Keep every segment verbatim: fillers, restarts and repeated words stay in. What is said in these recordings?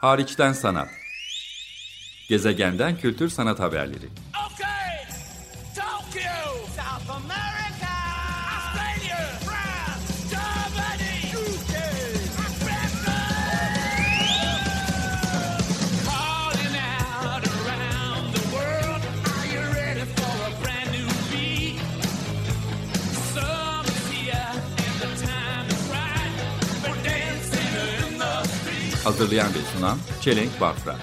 Hariçten sanat. Gezegenden kültür sanat haberleri. Okay, Tokyo, South America, Australia, France, Germany, U K, Africa. Calling out around the world, are you ready for a brand new beat? Summer's here and the time is right. We're dancing in the street. Hazırlayan ve sunan Çelenk Bafra.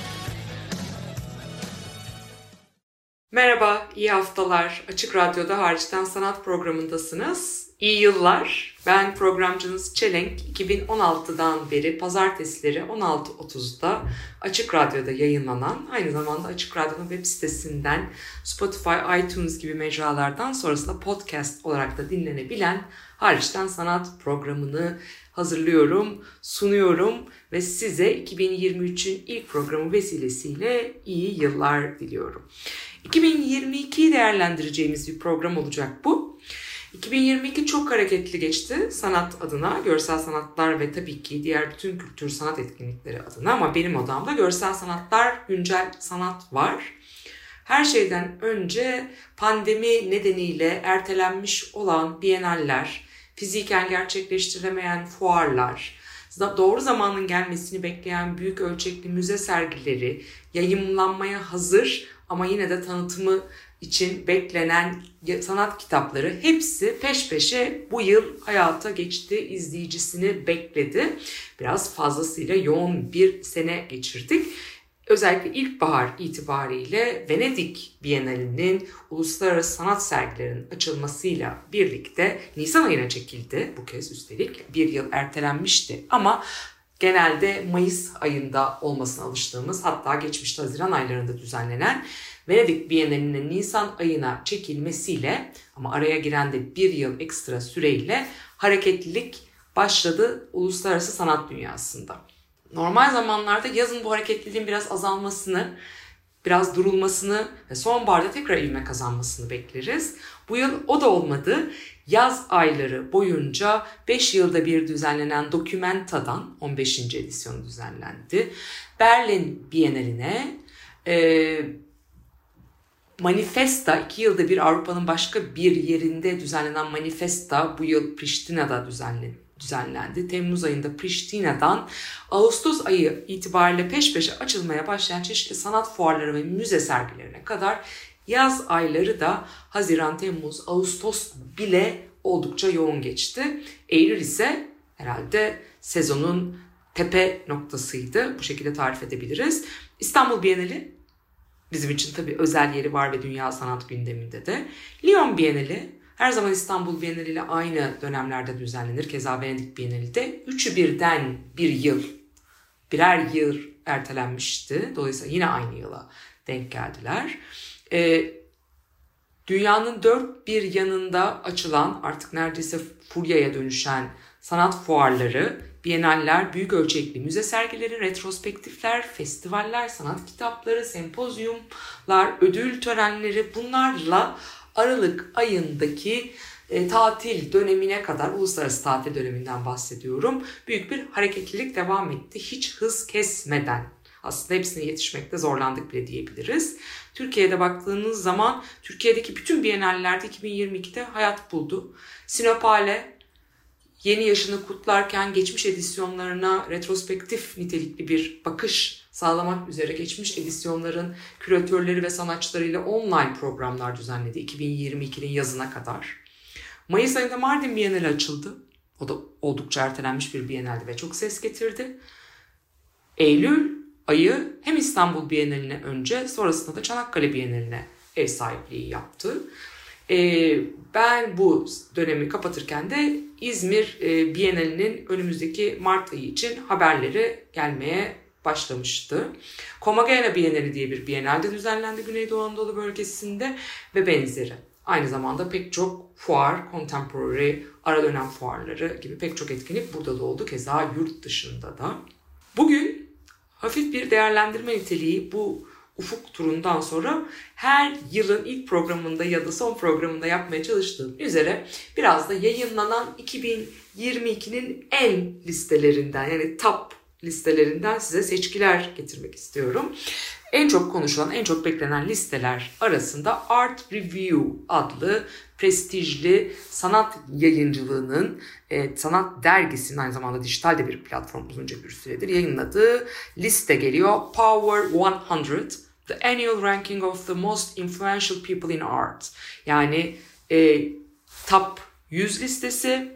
Merhaba, iyi haftalar. Açık Radyo'da Hariçten Sanat programındasınız. İyi yıllar. Ben programcınız Çelenk. iki bin on altıdan beri pazartesileri on altı otuzda Açık Radyo'da yayınlanan, aynı zamanda Açık Radyo'nun web sitesinden, Spotify, iTunes gibi mecralardan sonrasında podcast olarak da dinlenebilen Hariçten Sanat programını hazırlıyorum, sunuyorum ve size iki bin yirmi üçün ilk programı vesilesiyle iyi yıllar diliyorum. iki bin yirmi ikiyi değerlendireceğimiz bir program olacak bu. iki bin yirmi iki çok hareketli geçti sanat adına, görsel sanatlar ve tabii ki diğer bütün kültür sanat etkinlikleri adına, ama benim odamda görsel sanatlar, güncel sanat var. Her şeyden önce pandemi nedeniyle ertelenmiş olan biyenaller, fiziken gerçekleştirilemeyen fuarlar, doğru zamanın gelmesini bekleyen büyük ölçekli müze sergileri, yayımlanmaya hazır ama yine de tanıtımı için beklenen sanat kitapları, hepsi peş peşe bu yıl hayata geçti, izleyicisini bekledi. Biraz fazlasıyla yoğun bir sene geçirdik. Özellikle ilkbahar itibariyle Venedik Bienalinin uluslararası sanat sergilerinin açılmasıyla birlikte Nisan ayına çekildi. Bu kez üstelik bir yıl ertelenmişti ama genelde Mayıs ayında olmasına alıştığımız, hatta geçmişte Haziran aylarında düzenlenen Venedik Bienalinin Nisan ayına çekilmesiyle, ama araya giren de bir yıl ekstra süreyle hareketlilik başladı uluslararası sanat dünyasında. Normal zamanlarda yazın bu hareketliliğin biraz azalmasını, biraz durulmasını ve sonbaharda tekrar ivme kazanmasını bekleriz. Bu yıl o da olmadı. Yaz ayları boyunca beş yılda bir düzenlenen Dokumenta'dan on beşinci edisyonu düzenlendi. Berlin Bienali'ne, e, Manifesta, iki yılda bir Avrupa'nın başka bir yerinde düzenlenen Manifesta bu yıl Priştine'de düzenlendi. düzenlendi. Temmuz ayında Priştine'den Ağustos ayı itibariyle peş peşe açılmaya başlayan çeşitli sanat fuarları ve müze sergilerine kadar yaz ayları da Haziran, Temmuz, Ağustos bile oldukça yoğun geçti. Eylül ise herhalde sezonun tepe noktasıydı. Bu şekilde tarif edebiliriz. İstanbul Bienali bizim için tabii özel yeri var ve dünya sanat gündeminde de. Lyon Bienali her zaman İstanbul Bienali ile aynı dönemlerde düzenlenir. Keza Venedik Bienali de üçü birden bir yıl, birer yıl ertelenmişti. Dolayısıyla yine aynı yıla denk geldiler. Ee, dünyanın dört bir yanında açılan, artık neredeyse furyaya dönüşen sanat fuarları, bienaller, büyük ölçekli müze sergileri, retrospektifler, festivaller, sanat kitapları, sempozyumlar, ödül törenleri, bunlarla Aralık ayındaki e, tatil dönemine kadar, uluslararası tatil döneminden bahsediyorum, büyük bir hareketlilik devam etti. Hiç hız kesmeden. Aslında hepsine yetişmekte zorlandık bile diyebiliriz. Türkiye'de baktığınız zaman Türkiye'deki bütün bienallerde iki bin yirmi ikide hayat buldu. Sinopale yeni yaşını kutlarken geçmiş edisyonlarına retrospektif nitelikli bir bakış sağlamak üzere geçmiş edisyonların küratörleri ve sanatçılarıyla online programlar düzenledi iki bin yirmi ikinin yazına kadar. Mayıs ayında Mardin Bienali açıldı. O da oldukça ertelenmiş bir bienaldi ve çok ses getirdi. Eylül ayı hem İstanbul Bienali'ne önce, sonrasında da Çanakkale Bienali'ne ev sahipliği yaptı. Ee, ben bu dönemi kapatırken de İzmir e, Bienali'nin önümüzdeki Mart ayı için haberleri gelmeye başlamıştı. Comagene Bienali diye bir bienalde düzenlendi Güneydoğu Anadolu bölgesinde ve benzeri. Aynı zamanda pek çok fuar, contemporary, ara dönem fuarları gibi pek çok etkinlik burada da oldu. Keza yurt dışında da. Bugün hafif bir değerlendirme niteliği bu ufuk turundan sonra her yılın ilk programında ya da son programında yapmaya çalıştığım üzere biraz da yayınlanan iki bin yirmi ikinin en listelerinden, yani top listelerinden size seçkiler getirmek istiyorum. En çok konuşulan, en çok beklenen listeler arasında Art Review adlı prestijli sanat yayıncılığının, e, sanat dergisinin aynı zamanda dijital de bir platform uzunca bir süredir yayınladığı liste geliyor. Power yüz, The Annual Ranking of the Most Influential People in Art. Yani e, Top yüz listesi,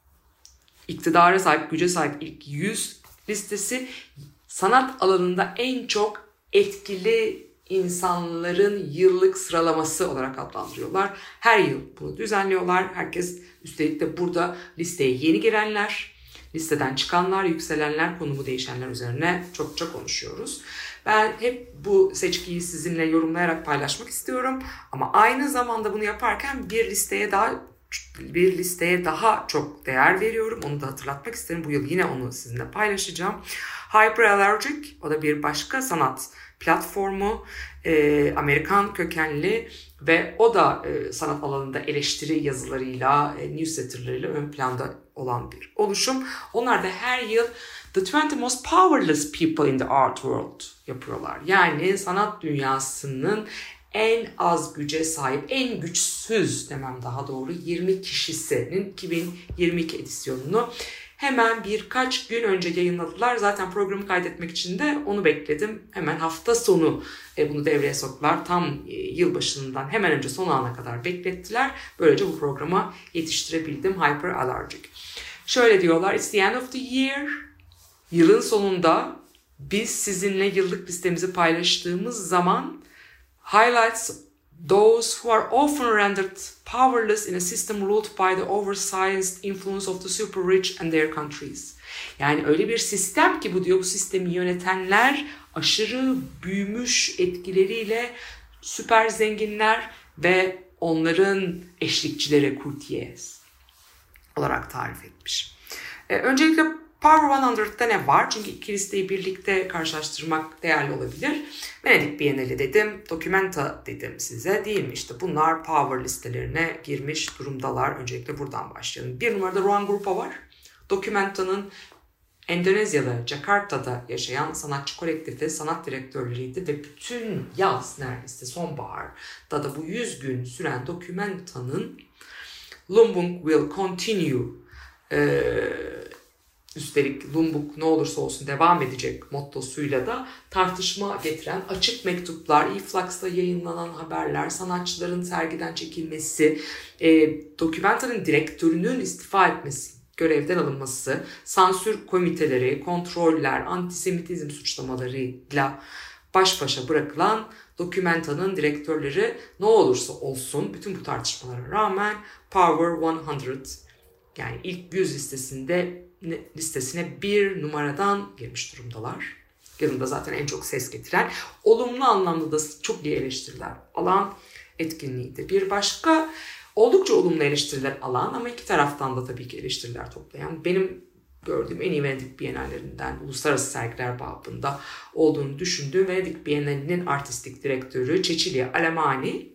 iktidara sahip, güce sahip ilk yüz listesi, sanat alanında en çok etkili insanların yıllık sıralaması olarak adlandırıyorlar. Her yıl bunu düzenliyorlar. Herkes, üstelik de burada listeye yeni girenler, listeden çıkanlar, yükselenler, konumu değişenler üzerine çokça konuşuyoruz. Ben hep bu seçkiyi sizinle yorumlayarak paylaşmak istiyorum. Ama aynı zamanda bunu yaparken bir listeye daha bir listeye daha çok değer veriyorum. Onu da hatırlatmak isterim. Bu yıl yine onu sizinle paylaşacağım. Hyperallergic, o da bir başka sanat platformu, e, Amerikan kökenli ve o da e, sanat alanında eleştiri yazılarıyla, e, newsletterlarıyla ön planda olan bir oluşum. Onlar da her yıl The twenty Most Powerless People in the Art World yapıyorlar. Yani sanat dünyasının en az güce sahip, en güçsüz demem daha doğru yirmi kişisinin iki bin yirmi iki edisyonunu hemen birkaç gün önce yayınladılar. Zaten programı kaydetmek için de onu bekledim. Hemen hafta sonu e, bunu devreye soktular. Tam e, yılbaşından hemen önce son ana kadar beklettiler. Böylece bu programa yetiştirebildim. Hyperallergic. Şöyle diyorlar. It's the end of the year. Yılın sonunda biz sizinle yıllık listemizi paylaştığımız zaman highlights those who are often rendered powerless in a system ruled by the oversized influence of the super rich and their countries. Yani öyle bir sistem ki bu diyor, bu sistemi yönetenler aşırı büyümüş etkileriyle süper zenginler ve onların eşlikçileri, courtiers olarak tarif etmiş. Ee, öncelikle Power yüzde ne var? Çünkü iki listeyi birlikte karşılaştırmak değerli olabilir. Venedik Bienali dedim, Documenta dedim size, değil mi? İşte bunlar Power listelerine girmiş durumdalar. Öncelikle buradan başlayalım. Bir numarada Ruang Grupa var. Documenta'nın Endonezyalı Jakarta'da yaşayan sanatçı kolektifi, sanat direktörleriydi ve bütün yaz, neredeyse sonbaharda da bu yüz gün süren Documenta'nın Lumbung will continue ee, üstelik Lumbung ne olursa olsun devam edecek mottosuyla da tartışma getiren açık mektuplar, e-flux'ta yayınlanan haberler, sanatçıların sergiden çekilmesi, e, Documenta'nın direktörünün istifa etmesi, görevden alınması, sansür komiteleri, kontroller, antisemitizm suçlamalarıyla baş başa bırakılan Documenta'nın direktörleri ne olursa olsun bütün bu tartışmalara rağmen Power yüz, yani ilk yüz listesinde listesine bir numaradan girmiş durumdalar. Yanında zaten en çok ses getiren, olumlu anlamda da çok iyi eleştiriler alan etkinliğiydi. Bir başka oldukça olumlu eleştiriler alan ama iki taraftan da tabii ki eleştiriler toplayan, benim gördüğüm en iyi Venedik Bienallerinden, uluslararası sergiler babında olduğunu düşündüğüm Venedik Bienali'nin artistik direktörü Cecilia Alemani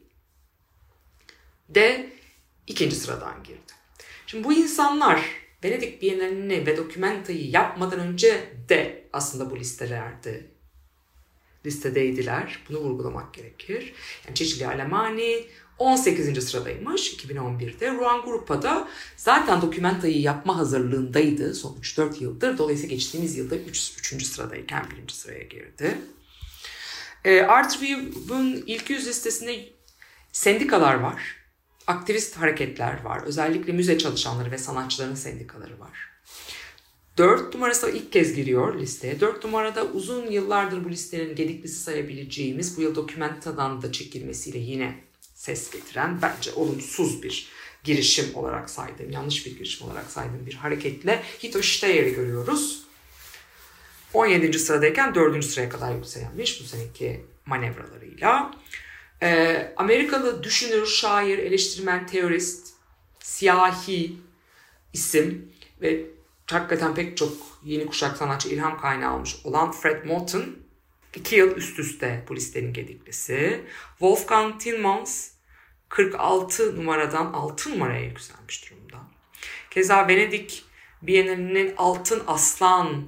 de ikinci sıradan girdi. Şimdi bu insanlar Venedik Bienalini ve Documenta'yı yapmadan önce de aslında bu listelerde listedeydiler. Bunu vurgulamak gerekir. Yani Cecilia Alemani on sekizinci sıradaymış iki bin on birde. Ruang Grupa'da zaten Documenta'yı yapma hazırlığındaydı son üç dört yıldır. Dolayısıyla geçtiğimiz yılda üçüncü sıradayken birinci sıraya girdi. E, Art Review'un ilk yüz listesinde sendikalar var. Aktivist hareketler var. Özellikle müze çalışanları ve sanatçıların sendikaları var. Dört numarası ilk kez giriyor listeye. Dört numarada uzun yıllardır bu listenin gediklisi sayabileceğimiz, bu yıl Documenta'dan da çekilmesiyle yine ses getiren, bence olumsuz bir girişim olarak saydığım, yanlış bir girişim olarak saydığım bir hareketle Hitoshi Steyer'i görüyoruz. on yedinci sıradayken dördüncü sıraya kadar yükselmiş bu seneki manevralarıyla. Ee, Amerikalı düşünür, şair, eleştirmen, teorist, siyahi isim ve hakikaten pek çok yeni kuşak sanatçı ilham kaynağı olmuş olan Fred Moten iki yıl üst üste bu listenin gediklisi. Wolfgang Tillmans kırk altı numaradan altı numaraya yükselmiş durumda. Keza Venedik Bienalinin Altın Aslan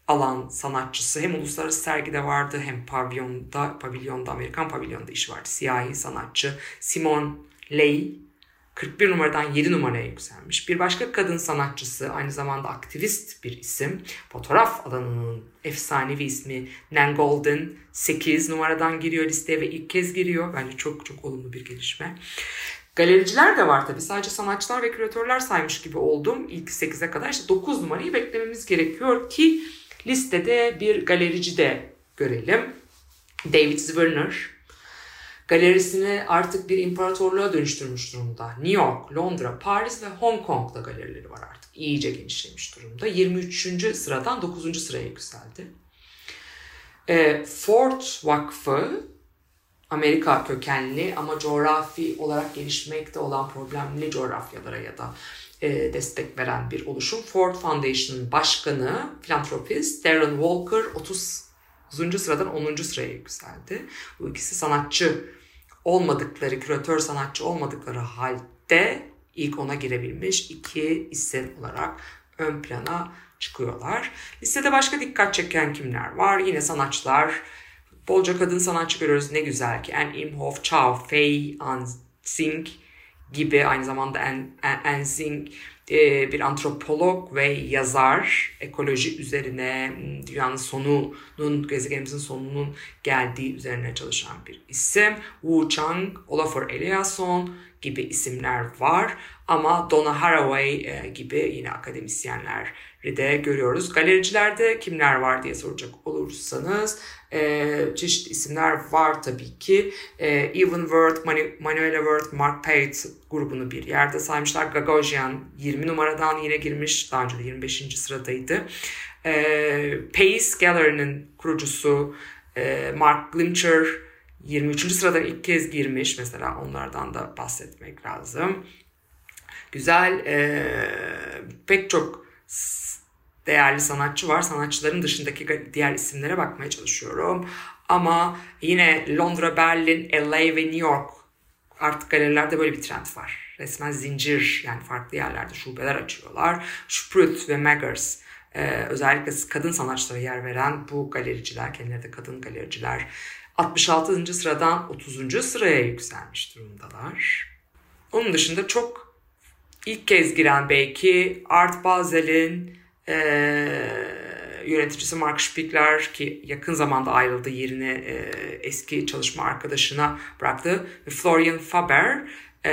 alan sanatçısı. Hem uluslararası sergide vardı hem pavyonda, pavilyonda, Amerikan pavilyonda işi vardı. Siyahi sanatçı Simone Leigh kırk bir numaradan yedi numaraya yükselmiş. Bir başka kadın sanatçısı, aynı zamanda aktivist bir isim. Fotoğraf alanının efsanevi ismi Nan Goldin sekiz numaradan giriyor listeye ve ilk kez giriyor. Bence çok çok olumlu bir gelişme. Galericiler de var tabii. Sadece sanatçılar ve küratörler saymış gibi oldum. İlk sekize kadar işte dokuz numarayı beklememiz gerekiyor ki listede bir galerici de görelim. David Zwirner. Galerisini artık bir imparatorluğa dönüştürmüş durumda. New York, Londra, Paris ve Hong Kong'da galerileri var artık. İyice genişlemiş durumda. yirmi üçüncü sıradan dokuzuncu sıraya yükseldi. E, Ford Vakfı, Amerika kökenli ama coğrafi olarak gelişmekte olan problemli coğrafyalara ya da e, destek veren bir oluşum. Ford Foundation'ın başkanı, filantropist Darren Walker otuzuncu sıradan onuncu sıraya yükseldi. Bu ikisi sanatçı olmadıkları, küratör sanatçı olmadıkları halde ilk ona girebilmiş iki isim olarak ön plana çıkıyorlar. Listede başka dikkat çeken kimler var? Yine sanatçılar. Bolca kadın sanatçı görüyoruz, ne güzel ki. Anne Imhoff, Chao Fei, An Xing gibi, aynı zamanda An Xing bir antropolog ve yazar, ekoloji üzerine, dünyanın sonunun, gezegenimizin sonunun geldiği üzerine çalışan bir isim. Wu Chang, Olafur Eliasson gibi isimler var ama Donna Haraway gibi yine akademisyenleri de görüyoruz. Galericilerde kimler var diye soracak olursanız e, çeşitli isimler var tabii ki. E, Evan Wirth, Manu- Manuela Wirth, Mark Pate grubunu bir yerde saymışlar. Gagosian yirmi numaradan yine girmiş. Daha önce de yirmi beşinci sıradaydı. E, Pace Gallery'nin kurucusu e, Mark Glimcher yirmi üçüncü sıradan ilk kez girmiş. Mesela onlardan da bahsetmek lazım. Güzel, e, pek çok değerli sanatçı var. Sanatçıların dışındaki diğer isimlere bakmaya çalışıyorum. Ama yine Londra, Berlin, L A ve New York, artık galerilerde böyle bir trend var. Resmen zincir, yani farklı yerlerde şubeler açıyorlar. Sprüt ve Maggers, e, özellikle kadın sanatçılara yer veren bu galericiler, kendileri de kadın galericiler, altmış altıncı sıradan otuzuncu sıraya yükselmiş durumdalar. Onun dışında çok ilk kez giren belki Art Basel'in e, yöneticisi Mark Spiegler, ki yakın zamanda ayrıldı, yerini e, eski çalışma arkadaşına bıraktı, ve Florian Faber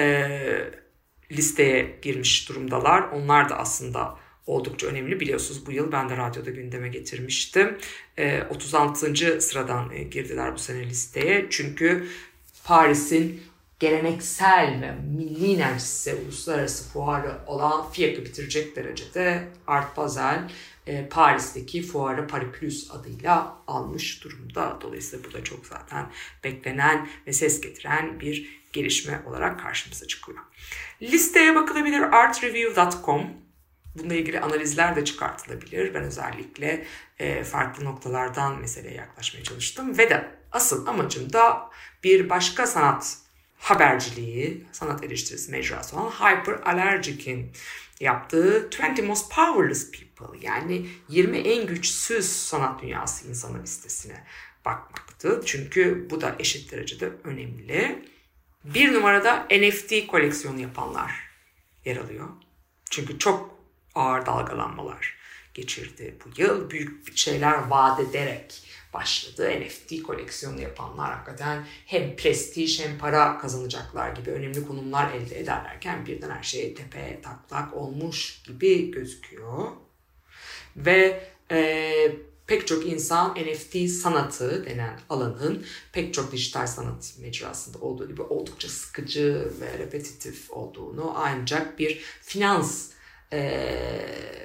e, listeye girmiş durumdalar. Onlar da aslında oldukça önemli. Biliyorsunuz bu yıl ben de radyoda gündeme getirmiştim. E, otuz altıncı sıradan e, girdiler bu sene listeye. Çünkü Paris'in geleneksel ve milli neredeyse uluslararası fuarı olan F I A C'ı bitirecek derecede Art Basel e, Paris'teki fuarı Paris Plus adıyla almış durumda. Dolayısıyla bu da çok zaten beklenen ve ses getiren bir gelişme olarak karşımıza çıkıyor. Listeye bakılabilir art review dot com. Bununla ilgili analizler de çıkartılabilir. Ben özellikle e, farklı noktalardan meseleye yaklaşmaya çalıştım. Ve de asıl amacım da bir başka sanat haberciliği, sanat eleştirisi mecrası olan Hyperallergic'in yaptığı yirmi Most Powerless People, yani yirmi en güçsüz sanat dünyası insanı listesine bakmaktı. Çünkü bu da eşit derecede önemli. Bir numarada N F T koleksiyonu yapanlar yer alıyor. Çünkü çok ağır dalgalanmalar geçirdi bu yıl. Büyük şeyler vaat ederek başladı. N F T koleksiyonu yapanlar hakikaten hem prestij hem para kazanacaklar gibi önemli konumlar elde ederlerken birden her şey tepe taklak olmuş gibi gözüküyor. Ve e, pek çok insan N F T sanatı denen alanın pek çok dijital sanat mecrasında olduğu gibi oldukça sıkıcı ve repetitif olduğunu, ancak bir finans e,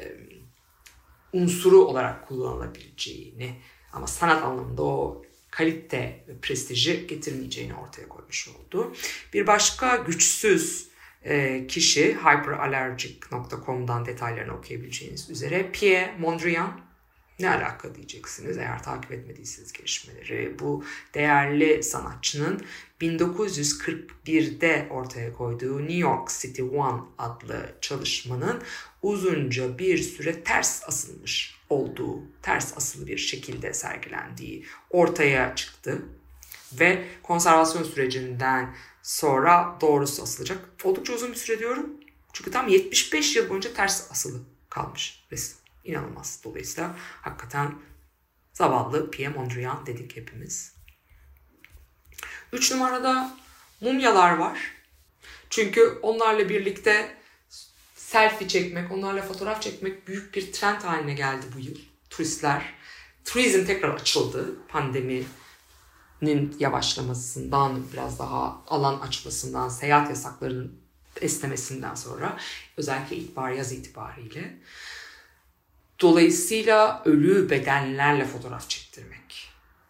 unsuru olarak kullanılabileceğini ama sanat anlamında o kalite ve prestiji getirmeyeceğini ortaya koymuş oldu. Bir başka güçsüz e, kişi hyperallergic nokta com'dan detaylarını okuyabileceğiniz üzere Pierre Mondrian. Ne alaka diyeceksiniz eğer takip etmediyseniz gelişmeleri. Bu değerli sanatçının bin dokuz yüz kırk birde ortaya koyduğu New York City One adlı çalışmanın uzunca bir süre ters asılmış olduğu, ters asılı bir şekilde sergilendiği ortaya çıktı. Ve konservasyon sürecinden sonra doğrusu asılacak. Oldukça uzun bir süre diyorum. Çünkü tam yetmiş beş yıl boyunca ters asılı kalmış resim. İnanılmaz. Dolayısıyla hakikaten zavallı Pierre Mondrian dedik hepimiz. Üç numarada mumyalar var. Çünkü onlarla birlikte selfie çekmek, onlarla fotoğraf çekmek büyük bir trend haline geldi bu yıl. Turistler, turizm tekrar açıldı. Pandeminin yavaşlamasından, biraz daha alan açmasından, seyahat yasaklarının esnemesinden sonra, özellikle ilkbahar yaz itibariyle. Dolayısıyla ölü bedenlerle fotoğraf çektirmek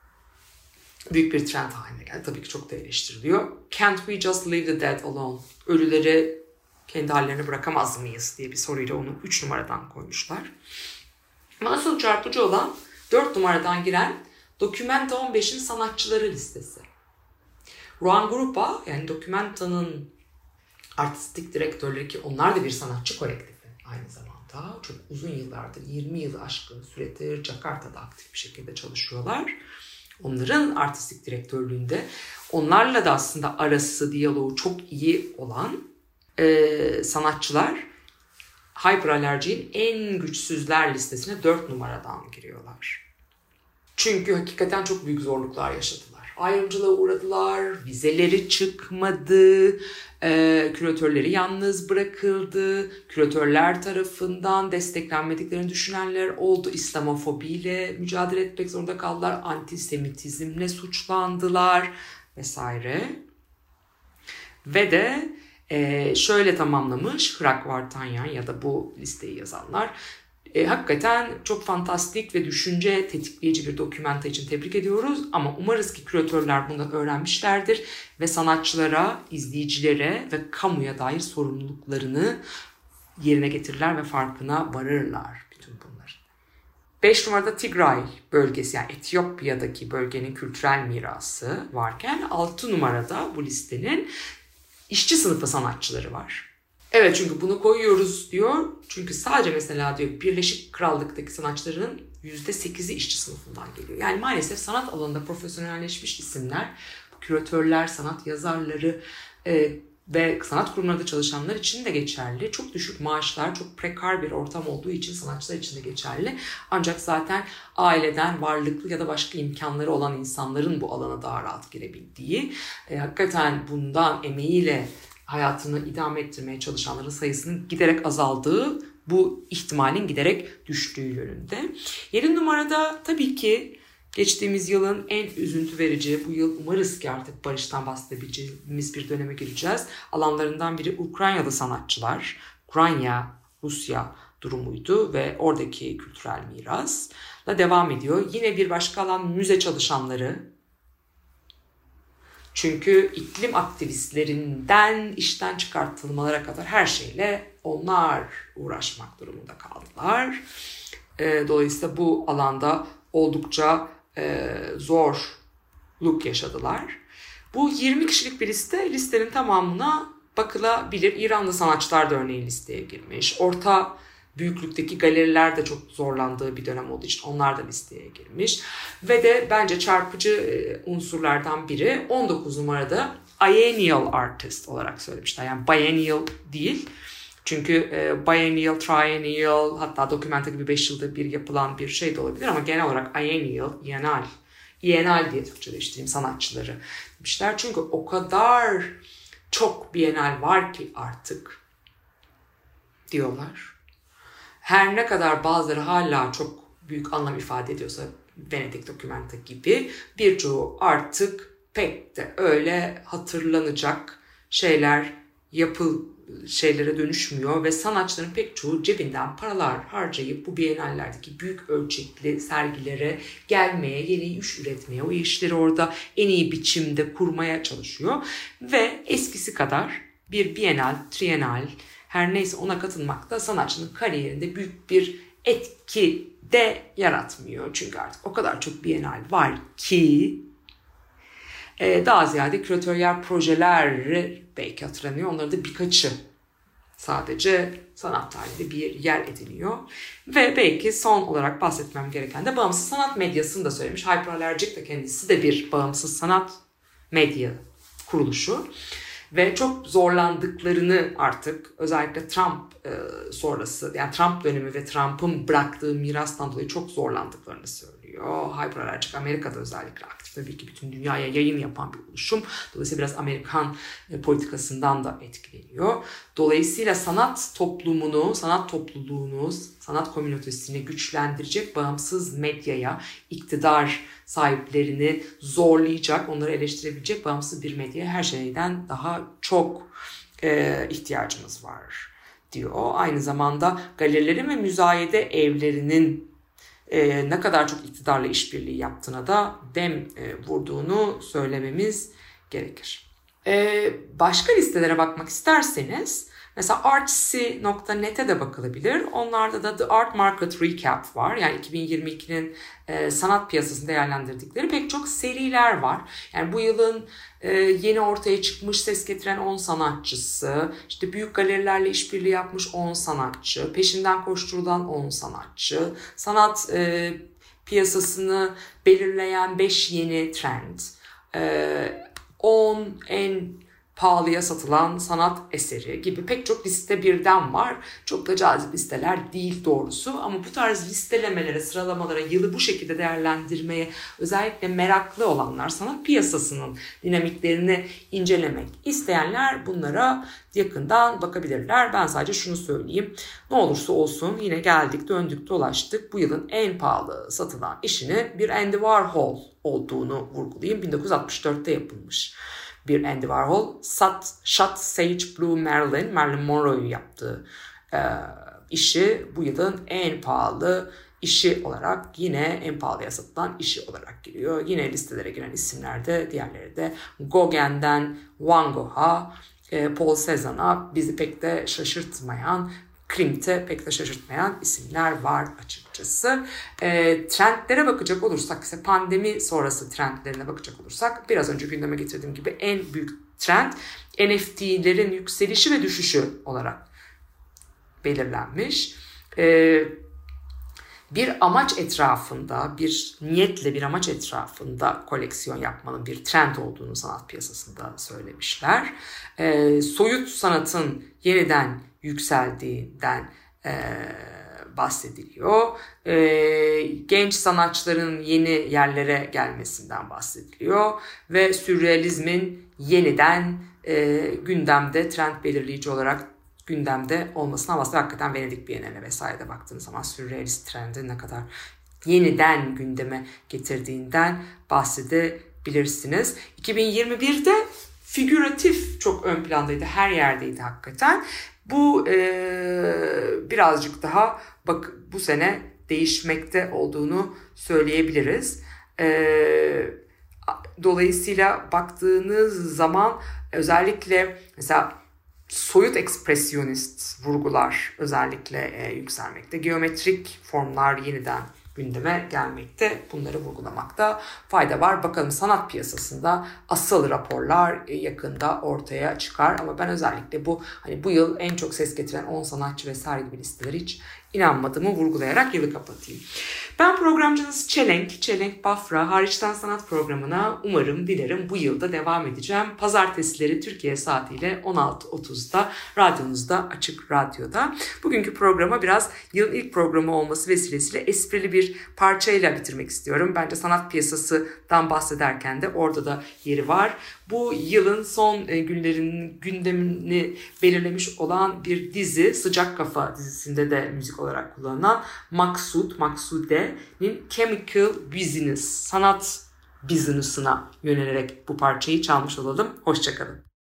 büyük bir trend haline geldi. Tabii ki çok da eleştiriliyor. Can't we just leave the dead alone? Ölüleri kendi hallerine bırakamaz mıyız diye bir soruyla onu üç numaradan koymuşlar. Ama asıl çarpıcı olan dört numaradan giren Documenta on beşin sanatçıları listesi. Ruan Grupa, yani Documenta'nın artistik direktörleri, ki onlar da bir sanatçı kolektifi aynı zamanda. Çok uzun yıllardır, yirmi yılı aşkın süredir Jakarta'da aktif bir şekilde çalışıyorlar. Onların artistik direktörlüğünde, onlarla da aslında arası, diyaloğu çok iyi olan e, sanatçılar Hyperallergy'in en güçsüzler listesine dört numaradan giriyorlar. Çünkü hakikaten çok büyük zorluklar yaşadılar. Ayrımcılığa uğradılar, vizeleri çıkmadı, e, küratörleri yalnız bırakıldı, küratörler tarafından desteklenmediklerini düşünenler oldu, İslamofobiyle mücadele etmek zorunda kaldılar, antisemitizmle suçlandılar vesaire. Ve de e, şöyle tamamlamış Hrak Vartanyan ya da bu listeyi yazanlar. E, hakikaten çok fantastik ve düşünce tetikleyici bir dokümenta için tebrik ediyoruz. Ama umarız ki küratörler bundan öğrenmişlerdir ve sanatçılara, izleyicilere ve kamuya dair sorumluluklarını yerine getirirler ve farkına varırlar bütün bunları. beş numarada Tigray bölgesi, yani Etiyopya'daki bölgenin kültürel mirası varken altı numarada bu listenin işçi sınıfı sanatçıları var. Evet, çünkü bunu koyuyoruz diyor. Çünkü sadece mesela diyor Birleşik Krallık'taki sanatçıların yüzde sekizi işçi sınıfından geliyor. Yani maalesef sanat alanında profesyonelleşmiş isimler, küratörler, sanat yazarları e, ve sanat kurumlarında çalışanlar için de geçerli. Çok düşük maaşlar, çok prekar bir ortam olduğu için sanatçılar için de geçerli. Ancak zaten aileden varlıklı ya da başka imkanları olan insanların bu alana daha rahat girebildiği, e, hakikaten bundan emeğiyle hayatını idame ettirmeye çalışanların sayısının giderek azaldığı, bu ihtimalin giderek düştüğü yönünde. yedi numarada tabii ki geçtiğimiz yılın en üzüntü verici, bu yıl umarız ki artık barıştan bahsedebileceğimiz bir döneme gireceğiz. Alanlarından biri Ukraynalı sanatçılar. Ukrayna, Rusya durumuydu ve oradaki kültürel mirasla devam ediyor. Yine bir başka alan müze çalışanları. Çünkü iklim aktivistlerinden işten çıkartılmalara kadar her şeyle onlar uğraşmak durumunda kaldılar. E, dolayısıyla bu alanda oldukça e, zorluk yaşadılar. Bu yirmi kişilik bir liste, listenin tamamına bakılabilir. İranlı sanatçılar da örneğin listeye girmiş. Orta büyüklükteki galeriler de çok zorlandığı bir dönem olduğu için onlar da listeye girmiş. Ve de bence çarpıcı unsurlardan biri on dokuz numarada biennial artist olarak söylemişler. Yani biennial değil. Çünkü e, biennial, triennial, hatta Documenta gibi beş yılda bir yapılan bir şey de olabilir ama genel olarak biennial, bienal, bienal diye Türkçeleştireyim sanatçıları demişler. Çünkü o kadar çok bienal var ki artık diyorlar. Her ne kadar bazıları hala çok büyük anlam ifade ediyorsa, Venedik Documenta gibi, birçoğu artık pek de öyle hatırlanacak şeyler yapıl şeylere dönüşmüyor ve sanatçıların pek çoğu cebinden paralar harcayıp bu bienallerdeki büyük ölçekli sergilere gelmeye, yeni iş üretmeye, o işleri orada en iyi biçimde kurmaya çalışıyor ve eskisi kadar bir bienal, trienal, her neyse ona katılmak da sanatçının kariyerinde büyük bir etki de yaratmıyor. Çünkü artık o kadar çok bienal var ki daha ziyade küratöryel projeler belki hatırlanıyor. Onların da birkaçı sadece sanat tarihinde bir yer ediniyor. Ve belki son olarak bahsetmem gereken de bağımsız sanat medyasını da söylemiş. Hyperallergic de kendisi de bir bağımsız sanat medya kuruluşu. Ve çok zorlandıklarını artık özellikle Trump e, sonrası, yani Trump dönemi ve Trump'ın bıraktığı mirastan dolayı çok zorlandıklarını söylüyor. Hyperallergic Amerika'da özellikle aktif, tabii ki bütün dünyaya yayın yapan bir oluşum. Dolayısıyla biraz Amerikan e, politikasından da etkileniyor. Dolayısıyla sanat toplumunu, sanat topluluğunu, sanat komünitesini güçlendirecek bağımsız medyaya, iktidar sahiplerini zorlayacak, onları eleştirebilecek bağımsız bir medyaya her şeyden daha çok e, ihtiyacımız var diyor. Aynı zamanda galerilerin ve müzayede evlerinin e, ne kadar çok iktidarla işbirliği yaptığına da dem e, vurduğunu söylememiz gerekir. E, başka listelere bakmak isterseniz mesela artsy nokta net'e de bakılabilir. Onlarda da The Art Market Recap var. Yani iki bin yirmi ikinin e, sanat piyasasını değerlendirdikleri pek çok seriler var. Yani bu yılın e, yeni ortaya çıkmış ses getiren on sanatçısı, işte büyük galerilerle işbirliği yapmış on sanatçı, peşinden koşturulan on sanatçı, sanat e, piyasasını belirleyen beş yeni trend, e, on en pahalıya satılan sanat eseri gibi pek çok liste birden var. Çok da cazip listeler değil doğrusu, ama bu tarz listelemelere, sıralamalara, yılı bu şekilde değerlendirmeye özellikle meraklı olanlar, sanat piyasasının dinamiklerini incelemek isteyenler bunlara yakından bakabilirler. Ben sadece şunu söyleyeyim. Ne olursa olsun yine geldik, döndük, dolaştık. Bu yılın en pahalı satılan işini bir Andy Warhol olduğunu vurgulayayım. bin dokuz yüz altmış dörtte yapılmış bir Andy Warhol, Shot, Shot Sage Blue Marilyn, Marilyn Monroe'yu yaptığı e, işi bu yılın en pahalı işi olarak, yine en pahalıya satılan işi olarak giriyor. Yine listelere giren isimlerde diğerleri de Gauguin'den Van Gogh'a, e, Paul Cézanne'a bizi pek de şaşırtmayan, Klimt'e pek de şaşırtmayan isimler var açıkçası. E, trendlere bakacak olursak, ise pandemi sonrası trendlerine bakacak olursak, biraz önce gündeme getirdiğim gibi en büyük trend N F T'lerin yükselişi ve düşüşü olarak belirlenmiş. E, bir amaç etrafında, bir niyetle bir amaç etrafında koleksiyon yapmanın bir trend olduğunu sanat piyasasında söylemişler. E, soyut sanatın yeniden yükseldiğinden e, bahsediliyor. E, genç sanatçıların yeni yerlere gelmesinden bahsediliyor ve sürrealizmin yeniden e, gündemde, trend belirleyici olarak gündemde olmasına bahsediyor. Hakikaten Venedik Bienali'ne vesaire baktığınız zaman sürrealist trendi ne kadar yeniden gündeme getirdiğinden bahsedebilirsiniz. iki bin yirmi birde figüratif çok ön plandaydı, her yerdeydi hakikaten. Bu e, birazcık daha bak bu sene değişmekte olduğunu söyleyebiliriz. E, dolayısıyla baktığınız zaman özellikle mesela soyut ekspresyonist vurgular özellikle e, yükselmekte. Geometrik formlar yeniden gündeme gelmekte. Bunları vurgulamakta fayda var. Bakalım sanat piyasasında asıl raporlar yakında ortaya çıkar. Ama ben özellikle bu hani bu yıl en çok ses getiren on sanatçı vesaire gibi listeleri hiç inanmadığımı vurgulayarak yılı kapatayım. Ben programcınız Çelenk, Çelenk Bafra hariçten sanat programına umarım, dilerim bu yılda devam edeceğim. Pazartesileri Türkiye saatiyle on altı otuzda radyonuzda, Açık Radyo'da. Bugünkü programa biraz yılın ilk programı olması vesilesiyle esprili bir parçayla bitirmek istiyorum. Bence sanat piyasasından bahsederken de orada da yeri var. Bu yılın son günlerinin gündemini belirlemiş olan bir dizi, Sıcak Kafa dizisinde de müzik olarak kullanılan Maksud, Maksude'nin Chemical Business, sanat business'ına yönelerek bu parçayı çalmış olalım. Hoşça kalın.